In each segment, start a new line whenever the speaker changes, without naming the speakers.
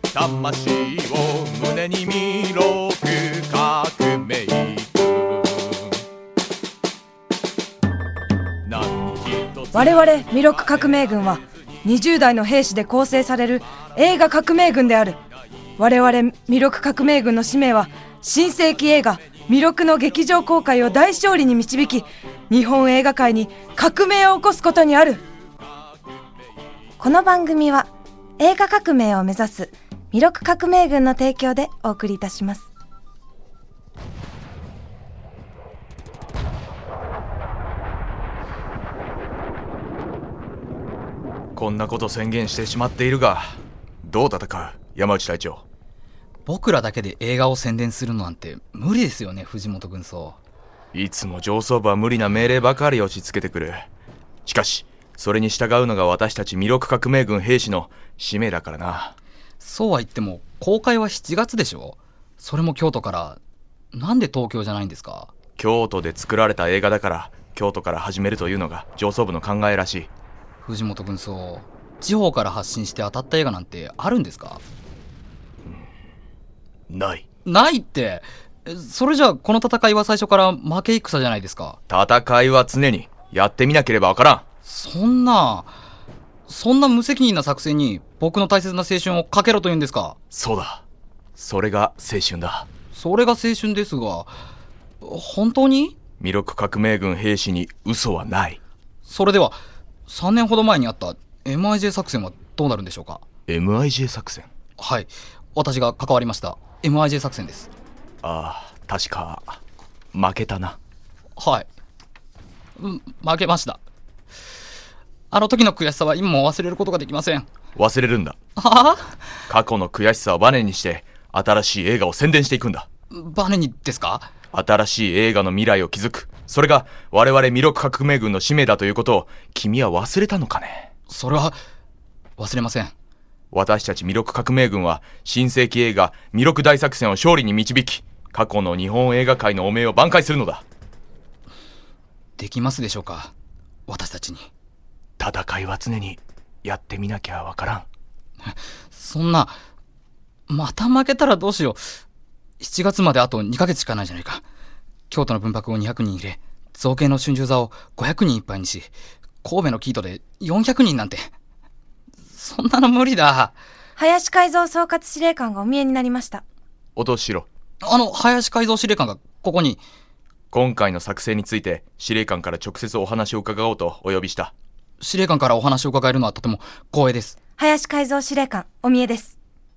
魂を胸に弥勒革命軍。
我々弥勒革命軍は20代の兵士で構成される映画革命軍である。我々弥勒革命軍の使命は新世紀映画弥勒の劇場公開を大勝利に導き、日本映画界に革命を起こすことにある。
この番組は映画革命を目指す弥勒革命軍の提供でお送りいたします。
こんなこと宣言してしまっているが、どう戦う山内隊長。
僕らだけで映画を宣伝するのなんて無理ですよね、藤本軍曹。
いつも上層部は無理な命令ばかり押し付けてくる。しかしそれに従うのが私たち弥勒革命軍兵士の使命だからな。
そうは言っても公開は7月でしょ。それも京都から。なんで東京じゃないんですか？
京都で作られた映画だから京都から始めるというのが上層部の考えらしい。
藤本軍曹、地方から発信して当たった映画なんてあるんですか？ないって。それじゃあこの戦いは最初から負け戦じゃないですか。
戦いは常にやってみなければわからん。
そんな無責任な作戦に僕の大切な青春をかけろというんですか？
そうだ、それが青春だ。
それが青春ですが、本当に？
弥勒革命軍兵士に嘘はない。
それでは3年ほど前にあった MIJ 作戦はどうなるんでしょうか？
MIJ 作戦？
はい、私が関わりました MIJ 作戦です。
ああ、確か負けたな。
はい、負けました。あの時の悔しさは今も忘れることができません。
忘れるんだ。
はあ？
過去の悔しさをバネにして新しい映画を宣伝していくんだ。
バネにですか？
新しい映画の未来を築く、それが我々弥勒革命軍の使命だということを君は忘れたのかね？
それは忘れません。
私たち弥勒革命軍は新世紀映画弥勒大作戦を勝利に導き、過去の日本映画界の汚名を挽回するのだ。
できますでしょうか、私たちに。
戦いは常にやってみなきゃわからん。
そんな、また負けたらどうしよう。7月まであと2ヶ月しかないじゃないか。京都の文泊を200人入れ、造形の春秋座を500人いっぱいにし、神戸のキートで400人なんて、そんなの無理だ。
林海蔵総括司令官がお見えになりました。
お通ししろ。
林海蔵司令官がここに。
今回の作戦について司令官から直接お話を伺おうとお呼びした。
司令官からお話を伺えるのはとても光栄です。
林海蔵司令官、お見えです。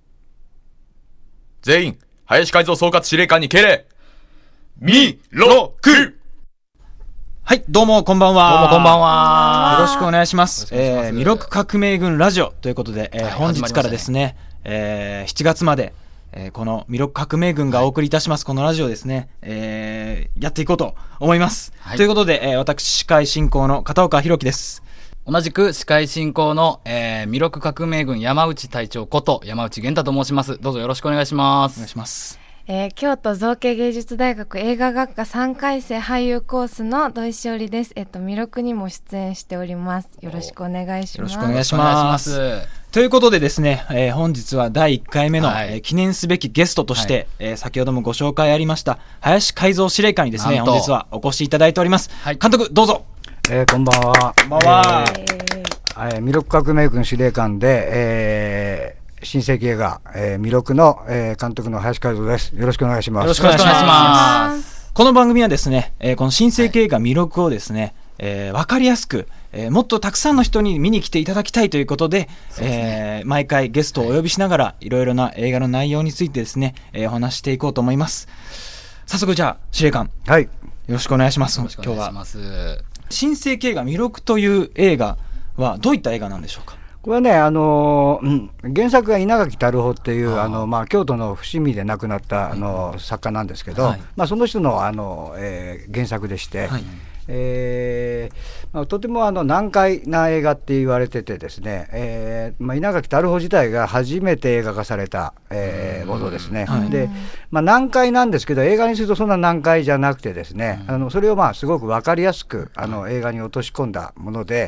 全員林海蔵総括司令官に敬礼。弥勒。
はい、どうもこんばんは。
どうもこんばんは。
よろしくお願いします。弥勒革命軍ラジオということで、本日からですね、7月まで、この弥勒革命軍がお送りいたします、このラジオですね、やっていこうと思います。はい、ということで、私司会進行の片岡弘樹です。
同じく司会進行の、弥勒革命軍山内隊長こと山内源太と申します。どうぞよろしくお願いします。
お願いします。
京都造形芸術大学映画学科3回生俳優コースの土井しおりです。弥勒にも出演しております。よろしくお願いします。
よろしくお願いします。ということでですね、本日は第1回目の、記念すべきゲストとして、先ほどもご紹介ありました林海蔵司令官にですね、本日はお越しいただいております。監督どうぞ。
こんばんは。
こんばんは。
弥勒革命軍司令官で、新世紀映画、弥勒の、監督の林海蔵です。よろしくお願いします。
よろしくお願いします。この番組はですね、この新世紀映画弥勒をですね、わかりやすく、もっとたくさんの人に見に来ていただきたいということで、毎回ゲストをお呼びしながら、いろいろな映画の内容についてですね、お話していこうと思います。早速じゃあ司令官、
はい、
よろしくお願いします。
よろしくお願いします。
今日は新世紀映画弥勒という映画はどういった映画なんでしょうか？
これはね、原作が稲垣太郎っていう京都の伏見で亡くなった作家なんですけど、その人の原作でして、とても難解な映画って言われててですね、稲垣太郎自体が初めて映画化された、ものですね。で、難解なんですけど映画にするとそんな難解じゃなくてですね、それをすごく分かりやすく映画に落とし込んだもので、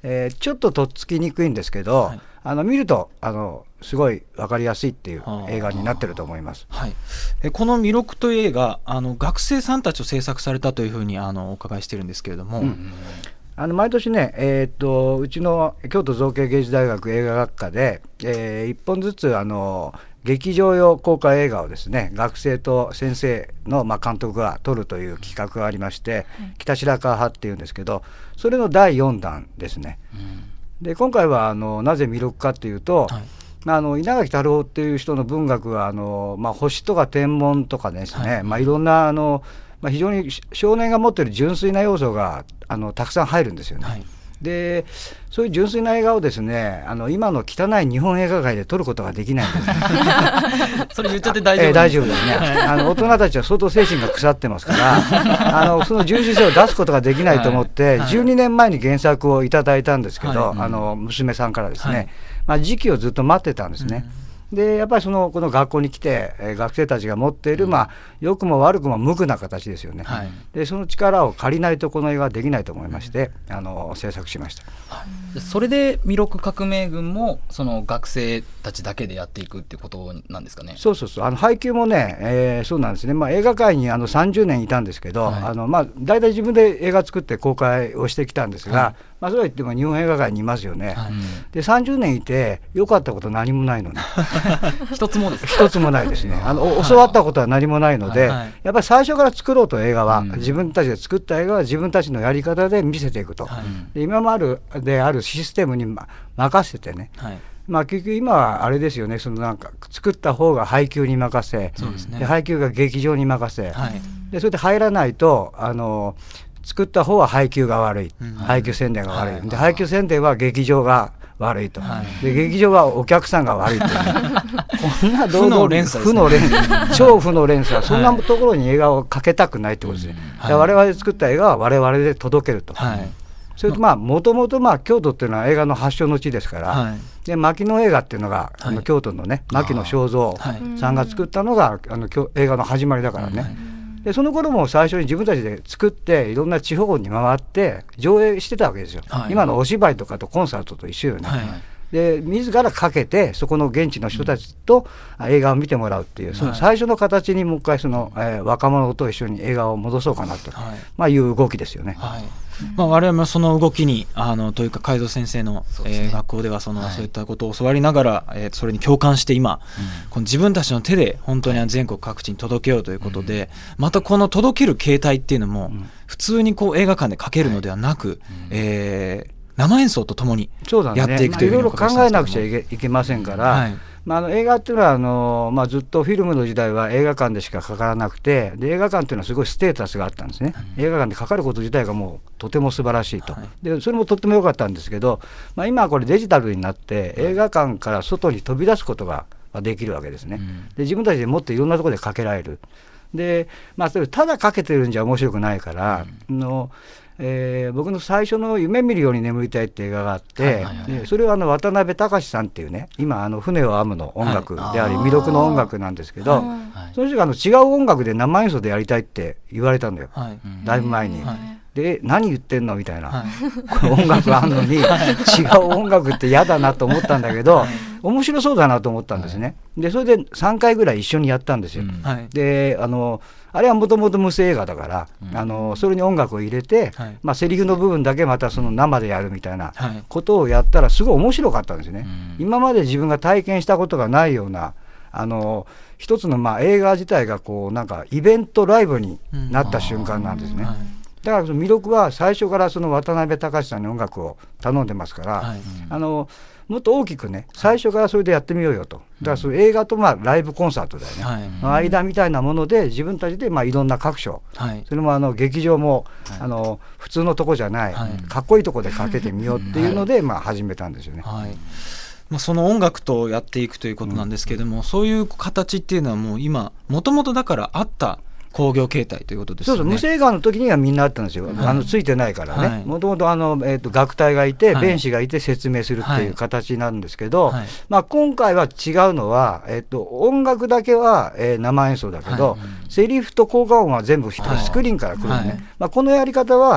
ちょっととっつきにくいんですけど、見るとすごい分かりやすいっていう映画になってると思います。
この弥勒という映画、学生さんたちを制作されたというふうにお伺いしてるんですけれども、
毎年ね、うちの京都造形芸術大学映画学科で、1本ずつ劇場用公開映画をですね、学生と先生の監督が撮るという企画がありまして、北白川派っていうんですけど、それの第4弾ですね。で今回はなぜ弥勒かっていうと、稲垣太郎っていう人の文学は星とか天文とかですね、いろんな非常に少年が持っている純粋な要素がたくさん入るんですよね。でそういう純粋な映画をですね、今の汚い日本映画界で撮ることができないんです
それ言っちゃって大丈夫
大丈夫ですね。大人たちは相当精神が腐ってますからその純粋性を出すことができないと思って、12年前に原作をいただいたんですけど、娘さんからですね、時期をずっと待ってたんですね。でやっぱりこの学校に来て、学生たちが持っている、良くも悪くも無垢な形ですよね。でその力を借りないとこの映画はできないと思いまして、制作しました。
それで弥勒革命軍もその学生たちだけでやっていくっていうことなんですかね。
そう配給もね、そうなんですね。映画界に30年いたんですけど、大体自分で映画作って公開をしてきたんですが、それは言っても日本映画界にいますよね。で30年いて良かったこと何もないのに
一つもです
一つもないですね。教わったことは何もないので、やっぱり最初から作ろうと、映画は、自分たちで作った映画は自分たちのやり方で見せていくと、で今まであるシステムに任せてね、結局今はあれですよね、作った方が配給に任せ、で配給が劇場に任せ、でそれで入らないと作った方は配給が悪い、配給宣伝が悪い、で配給宣伝は劇場が悪いと、で劇場はお客さんが悪いというこんな負の連鎖超負の連鎖、そんなところに映画をかけたくないってことですね。我々で作った映画は我々で届けると。それともともと京都っていうのは映画の発祥の地ですから、で牧野映画っていうのが京都のね、牧野正蔵さんが作ったのが映画の始まりだからね。でその頃も最初に自分たちで作っていろんな地方に回って上映してたわけですよ。今のお芝居とかとコンサートと一緒よね。で自らかけてそこの現地の人たちと映画を見てもらうっていう、その最初の形にもう一回若者と一緒に映画を戻そうかなと、いう動きですよね。
我々もその動きにというか海蔵先生の、学校ではそういったことを教わりながら、それに共感して今、この自分たちの手で本当に全国各地に届けようということで、またこの届ける形態っていうのも、普通に映画館でかけるのではなく、生演奏とともにやっていくというふうにお伺いしたんですけども、
いろいろ考えなくちゃいけませんから、映画っていうのはずっとフィルムの時代は映画館でしかかからなくて、で映画館っていうのはすごいステータスがあったんですね。映画館でかかること自体がもうとても素晴らしいと、でそれもとっても良かったんですけど、今はこれデジタルになって映画館から外に飛び出すことができるわけですね。で自分たちでもっといろんなところでかけられる。でそれただかけてるんじゃ面白くないから、僕の最初の夢見るように眠りたいって映画があって、でそれは渡辺隆さんっていうね、今船を編むの音楽であり弥勒の音楽なんですけど、その人が違う音楽で生演奏でやりたいって言われたんだよ、だいぶ前に。で何言ってんのみたいな、これ音楽あんのに違う音楽って嫌だなと思ったんだけど、面白そうだなと思ったんですね。でそれで3回ぐらい一緒にやったんですよ。であれはもともと無声映画だから、それに音楽を入れて、セリフの部分だけまたその生でやるみたいなことをやったらすごい面白かったんですね。今まで自分が体験したことがないような一つの映画自体がイベントライブになった瞬間なんですね。だからその弥勒は最初からその渡辺隆さんに音楽を頼んでますから、もっと大きくね、最初からそれでやってみようよと。だからその映画とライブコンサートだよね、間みたいなもので自分たちでいろんな各所、それも劇場も普通のとこじゃない、かっこいいとこでかけてみようっていうので始めたんですよね。
その音楽とやっていくということなんですけれども、そういう形っていうのはもう今もともとだからあった工業形態ということですよね。
無声映画の時にはみんなあったんですよ、ついてないからね。もともと楽隊がいて、弁士がいて説明するっていう形なんですけど、今回は違うのは、音楽だけは、生演奏だけど、セリフと効果音は全部スクリーンから来るのね。このやり方は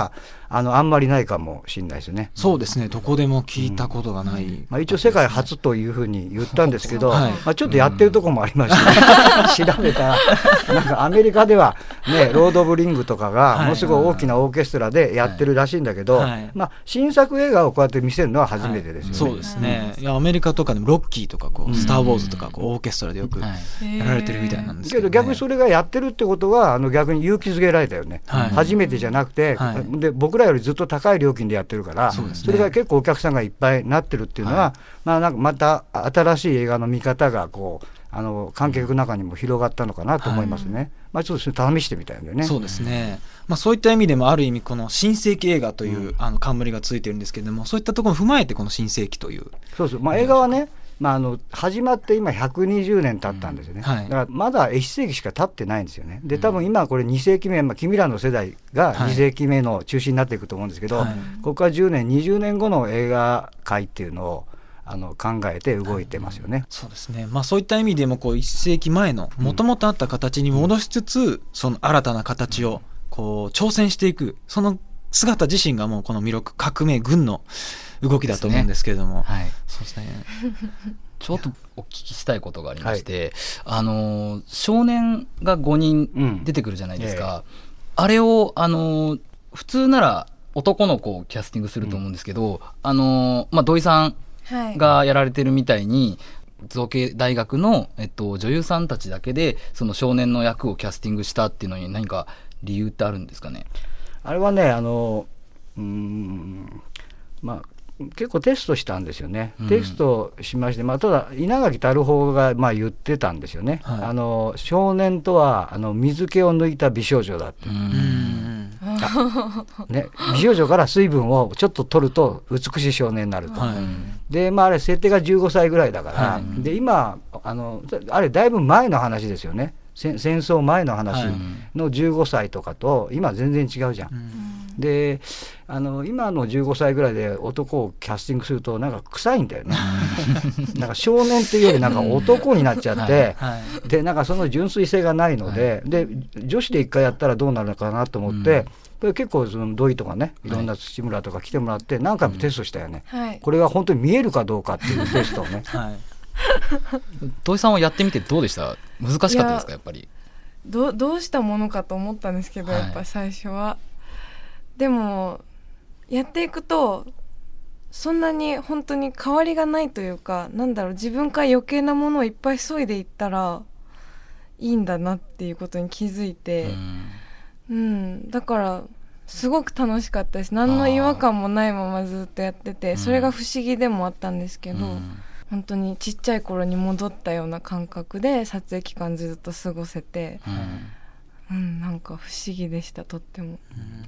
あんまりないかもしれないですね。
そうですね、どこでも聞いたことがない、
一応世界初というふうに言ったんですけど、
はい
ちょっとやってるところもありました、ね調べたらなんかアメリカでは、ね、ロード・オブ・リングとかがものすごい大きなオーケストラでやってるらしいんだけど、
はい
新作映画をこうやって見せるのは初めてですよね。
そうですね、いやアメリカとかでもロッキーとかこう、スター・ウォーズとかこうオーケストラでよくやられてるみたいなんですけど、ね、
逆にそれがやってるってことは逆に勇気づけられたよね、
はい
初めてじゃなくて、
はい
で僕らよりずっと高い料金でやってるから、
そうですね
それが結構お客さんがいっぱいになってるっていうのは、なんかまた新しい映画の見方がこう観客の中にも広がったのかなと思いますね、ちょっと試してみたいんだよね。
そうですね、そういった意味でもある意味この新世紀映画という、冠がついてるんですけれども、そういったところを踏まえてこの新世紀という
そうそう、映画はね、始まって今120年経ったんですよね、
はい
だからまだ1世紀しか経ってないんですよね。で多分今これ2世紀目、君らの世代が2世紀目の中心になっていくと思うんですけど、
はい
ここから10年20年後の映画界っていうのを考えて動いてますよね。
そうですね、そういった意味でもこう1世紀前のもともとあった形に戻しつつ、その新たな形をこう挑戦していく、その姿自身がもうこの弥勒革命軍の動きだと思うんですけれども、
はい、
そうですね
ちょっとお聞きしたいことがありまして、少年が5人出てくるじゃないですか、あれを普通なら男の子をキャスティングすると思うんですけど、土井さんがやられてるみたいに造形大学の、女優さんたちだけでその少年の役をキャスティングしたっていうのに何か理由ってあるんですかね。
あれはね結構テストしたんですよね、テストしまして、ただ稲垣太郎が言ってたんですよね、少年とは水気を抜いた美少女だってね、美少女から水分をちょっと取ると美しい少年になると、であれ設定が15歳ぐらいだから、で今あれだいぶ前の話ですよね、戦争前の話の15歳とかと今全然違うじゃん、で今の15歳ぐらいで男をキャスティングするとなんか臭いんだよねなんか少年っていうよりなんか男になっちゃって、でなんかその純粋性がないので、で女子で一回やったらどうなるのかなと思って、これ結構その土井とかね、いろんな土村とか来てもらって何回もテストしたよね、これが本当に見えるかどうかっていうテストをね、
土井さんはやってみてどうでした？難しかったですか？やっぱり
どうしたものかと思ったんですけど、やっぱ最初はでもやっていくとそんなに本当に変わりがないというか、自分から余計なものをいっぱい削いでいったらいいんだなっていうことに気づいて、だからすごく楽しかったです。何の違和感もないままずっとやってて、それが不思議でもあったんですけど、本当にちっちゃい頃に戻ったような感覚で撮影期間ずっと過ごせて、なんか不思議でした、とっても。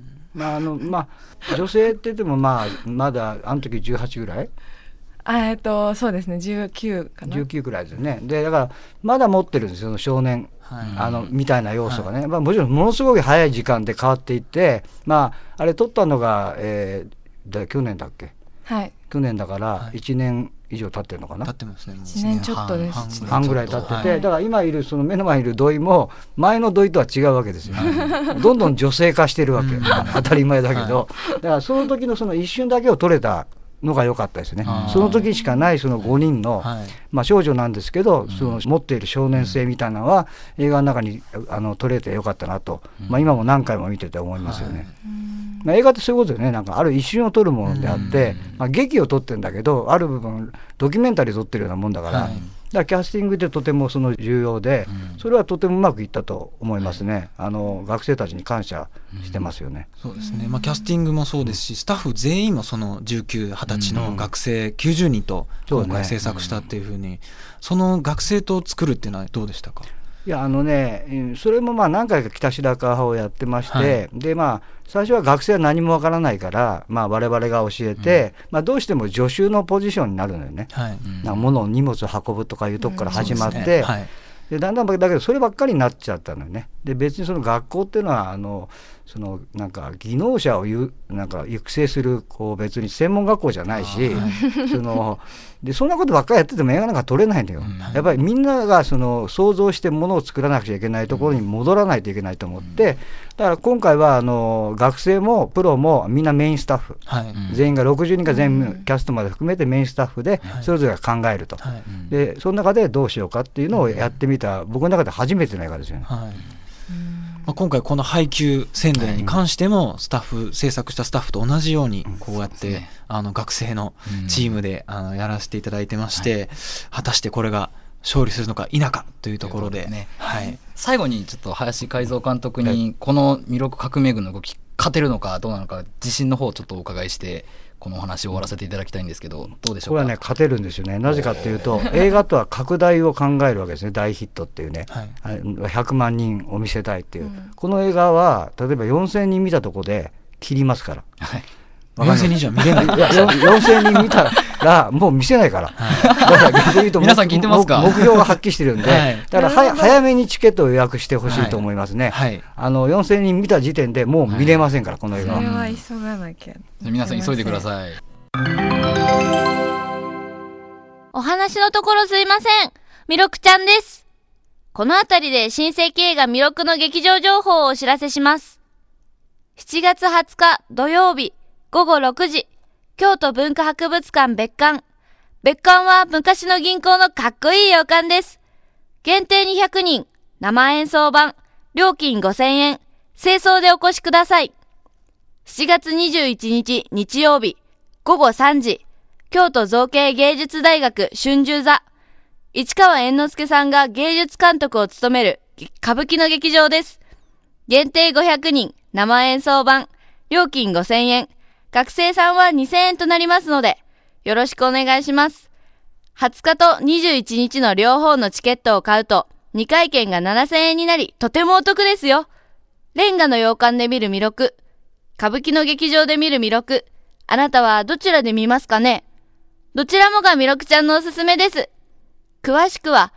女性って言ってもまだあの時18ぐらい、
そうですね、19かな、
19くらいですよね。でだからまだ持ってるんですよ、少年、みたいな要素がね、もちろんものすごく早い時間で変わっていって、あれ撮ったのが、去年だっけ、去年だから1年以上経ってるのかな、
経ってますね、もう
1年ちょっとです、
半ぐらい経ってて、だから今いるその目の前にいる土井も前の土井とは違うわけですよ、どんどん女性化してるわけ、当たり前だけど、だからその時のその一瞬だけを撮れたのが良かったですね。その時しかないその5人の、少女なんですけど、その持っている少年性みたいなのは映画の中に撮れて良かったなと、今も何回も見てて思いますよね。映画ってそういうことでね、なんかある一瞬を撮るものであって、劇を撮ってるんだけど、ある部分ドキュメンタリー撮ってるようなもんだから、だからキャスティングってとてもその重要で、それはとてもうまくいったと思いますね。学生たちに感謝してますよね。
そうですね、キャスティングもそうですし、スタッフ全員もその19、20歳の学生90人と今回制作したっていうふうに、その学生と作るっていうのはどうでしたか？
いやそれも何回か北白川派をやってまして、で最初は学生は何もわからないから、我々が教えて、どうしても助手のポジションになるのよね、物を荷物を運ぶとかいうとこから始まって、でだんだんだけどそればっかりになっちゃったのよね。で別にその学校っていうのはそのなんか技能者をなんか育成する別に専門学校じゃないし、そんなことばっかりやってても映画なんか撮れないんだよ。やっぱりみんながその想像してものを作らなくちゃいけないところに戻らないといけないと思って、 だから今回は学生もプロもみんなメインスタッフ、全員が60人が全部キャストまで含めてメインスタッフでそれぞれが考えると、でその中でどうしようかっていうのをやってみた、僕の中で初めての映画ですよね。
今回この配給宣伝に関してもスタッフ、制作したスタッフと同じようにこうやって学生のチームでやらせていただいてまして、果たしてこれが勝利するのか否かというところで、
最後にちょっと林海蔵監督にこの弥勒革命軍の動き勝てるのかどうなのか自信の方をちょっとお伺いしてこのお話を終わらせていただきたいんですけど、どうでしょうか。
これはね勝てるんですよね。なぜかっていうと映画とは拡大を考えるわけですね。大ヒットっていうね、100万人を見せたいっていう、この映画は例えば4000人見たとこで切りますから、
4000人じゃ見れない。
4000人見たらもう見せないから。だから逆に言うと
皆さん聞いてますか？
目標がはっきりしてるんで、だから早めにチケットを予約してほしいと思いますね。4000人見た時点でもう見れませんから、この映画は。
それは急がなきゃ。
皆さん急いでください。
お話のところすいません。弥勒ちゃんです。このあたりで新世紀映画弥勒の劇場情報をお知らせします。7月20日土曜日午後6時、京都文化博物館別館。別館は昔の銀行のかっこいい洋館です。限定200人、生演奏版、料金5000円、清掃でお越しください。7月21日日曜日、午後3時、京都造形芸術大学春秋座。市川猿之助さんが芸術監督を務める歌舞伎の劇場です。限定500人、生演奏版、料金5000円、学生さんは2000円となりますので、よろしくお願いします。20日と21日の両方のチケットを買うと、2回券が7000円になり、とてもお得ですよ。レンガの洋館で見る弥勒、歌舞伎の劇場で見る弥勒、あなたはどちらで見ますかね？どちらもが弥勒ちゃんのおすすめです。詳しくは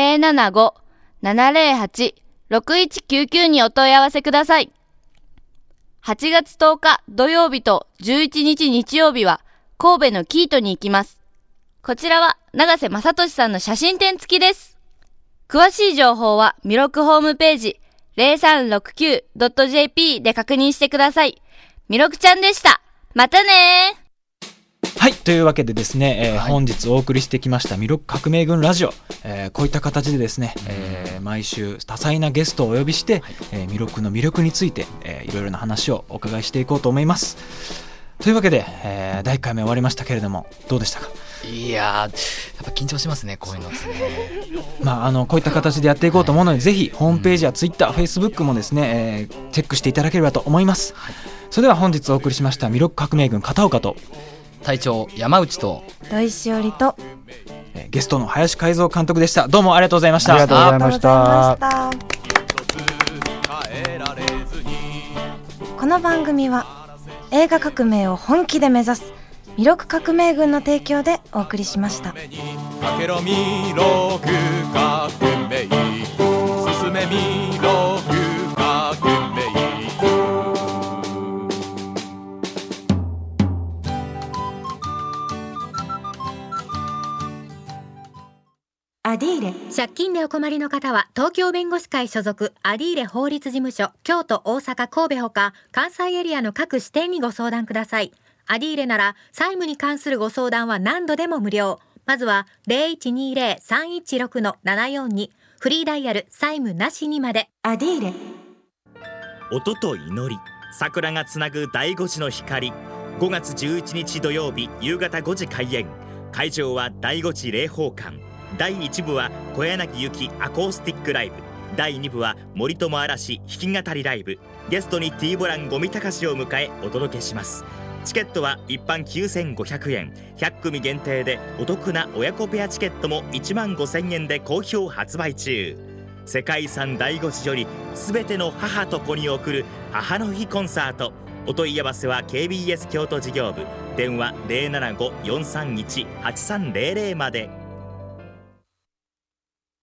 075-708-6199 にお問い合わせください。8月10日土曜日と11日日曜日は神戸のキートに行きます。こちらは永瀬正敏さんの写真展付きです。詳しい情報は弥勒ホームページ 0369.jp で確認してください。弥勒ちゃんでした。またねー。
はい、というわけでですね、本日お送りしてきました弥勒革命軍ラジオ、こういった形でですね、毎週多彩なゲストをお呼びして、弥勒の魅力について、いろいろな話をお伺いしていこうと思います。というわけで、第1回目終わりましたけれどもどうでしたか？
いややっぱ緊張しますね、こういうのですね。
こういった形でやっていこうと思うので、ぜひホームページやツイッター、フェイスブックもですね、チェックしていただければと思います。それでは本日お送りしました弥勒革命軍片岡と
隊長山内と
土井しおりと
ゲストの林海蔵監督でした。どうもありがとうございました。
ありがとうございました。
この番組は映画革命を本気で目指す弥勒革命軍の提供でお送りしました。
かけろ弥勒革命、進め弥勒革命。
アディーレ。借金でお困りの方は東京弁護士会所属アディーレ法律事務所京都、大阪、神戸ほか関西エリアの各支店にご相談ください。アディーレなら債務に関するご相談は何度でも無料。まずは 0120-316-742 フリーダイヤル債務なしにまで。アディーレ。
音と祈り、桜がつなぐ第5次の光。5月11日土曜日夕方5時開演。会場は第5次霊宝館。第1部は小柳ゆきアコースティックライブ、第2部は森友嵐弾き語りライブ。ゲストに T ボラン五味隆を迎えお届けします。チケットは一般9500円、100組限定でお得な親子ペアチケットも15000円で好評発売中。世界遺産第5次より全ての母と子に贈る母の日コンサート。お問い合わせは KBS 京都事業部、電話 075-431-8300 まで。